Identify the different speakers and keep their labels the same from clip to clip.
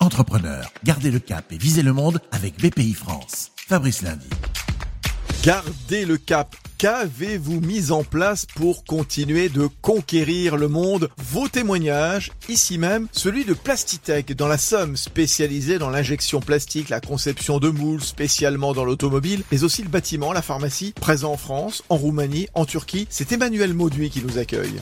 Speaker 1: d'entrepreneurs. Gardez le cap et visez le monde avec BPI France. Fabrice Lundy.
Speaker 2: Gardez le cap. Qu'avez-vous mis en place pour continuer de conquérir le monde? Vos témoignages, ici même, celui de Plastitech dans la Somme, spécialisé dans l'injection plastique, la conception de moules, spécialement dans l'automobile, mais aussi le bâtiment, la pharmacie, présent en France, en Roumanie, en Turquie. C'est Emmanuel Mauduit qui nous accueille.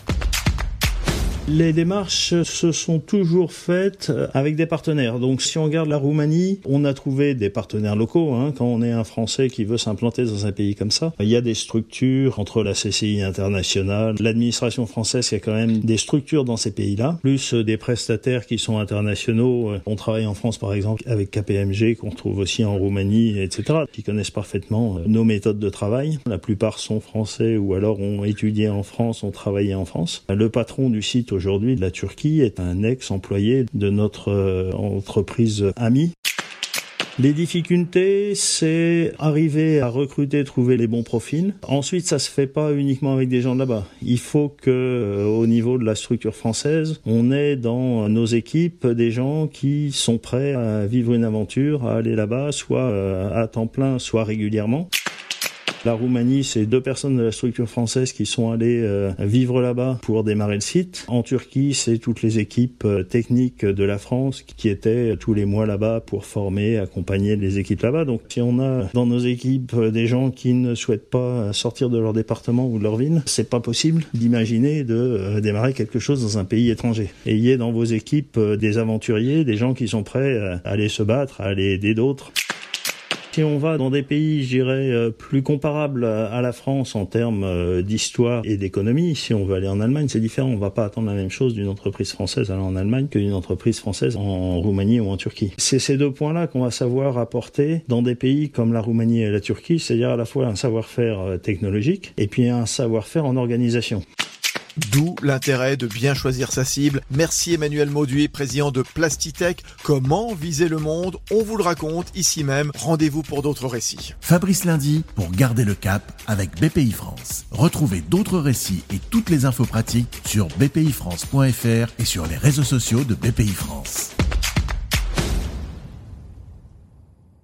Speaker 3: Les démarches se sont toujours faites avec des partenaires. Donc si on regarde la Roumanie, on a trouvé des partenaires locaux. Quand on est un Français qui veut s'implanter dans un pays comme ça, il y a des structures entre la CCI internationale, l'administration française qui a quand même des structures dans ces pays-là, plus des prestataires qui sont internationaux. On travaille en France par exemple avec KPMG qu'on retrouve aussi en Roumanie, etc., qui connaissent parfaitement nos méthodes de travail. La plupart sont français ou alors ont étudié en France, ont travaillé en France. Le patron du site aujourd'hui de la Turquie est un ex-employé de notre entreprise amie. Les difficultés, c'est arriver à recruter, trouver les bons profils. Ensuite, ça se fait pas uniquement avec des gens de là-bas. Il faut que, au niveau de la structure française, on ait dans nos équipes des gens qui sont prêts à vivre une aventure, à aller là-bas, soit à temps plein, soit régulièrement. La Roumanie, c'est 2 personnes de la structure française qui sont allées vivre là-bas pour démarrer le site. En Turquie, c'est toutes les équipes techniques de la France qui étaient tous les mois là-bas pour former, accompagner les équipes là-bas. Donc si on a dans nos équipes des gens qui ne souhaitent pas sortir de leur département ou de leur ville, c'est pas possible d'imaginer de démarrer quelque chose dans un pays étranger. Ayez dans vos équipes des aventuriers, des gens qui sont prêts à aller se battre, à aller aider d'autres. Si on va dans des pays, je dirais, plus comparables à la France en termes d'histoire et d'économie, si on veut aller en Allemagne, c'est différent. On va pas attendre la même chose d'une entreprise française allant en Allemagne que d'une entreprise française en Roumanie ou en Turquie. C'est ces 2 points-là qu'on va savoir apporter dans des pays comme la Roumanie et la Turquie, c'est-à-dire à la fois un savoir-faire technologique et puis un savoir-faire en organisation.
Speaker 2: D'où l'intérêt de bien choisir sa cible. Merci Emmanuel Mauduit, président de Plastitech. Comment viser le monde? On vous le raconte ici même. Rendez-vous pour d'autres récits.
Speaker 1: Fabrice Lundy pour garder le cap avec BPI France. Retrouvez d'autres récits et toutes les infos pratiques sur bpifrance.fr et sur les réseaux sociaux de BPI France.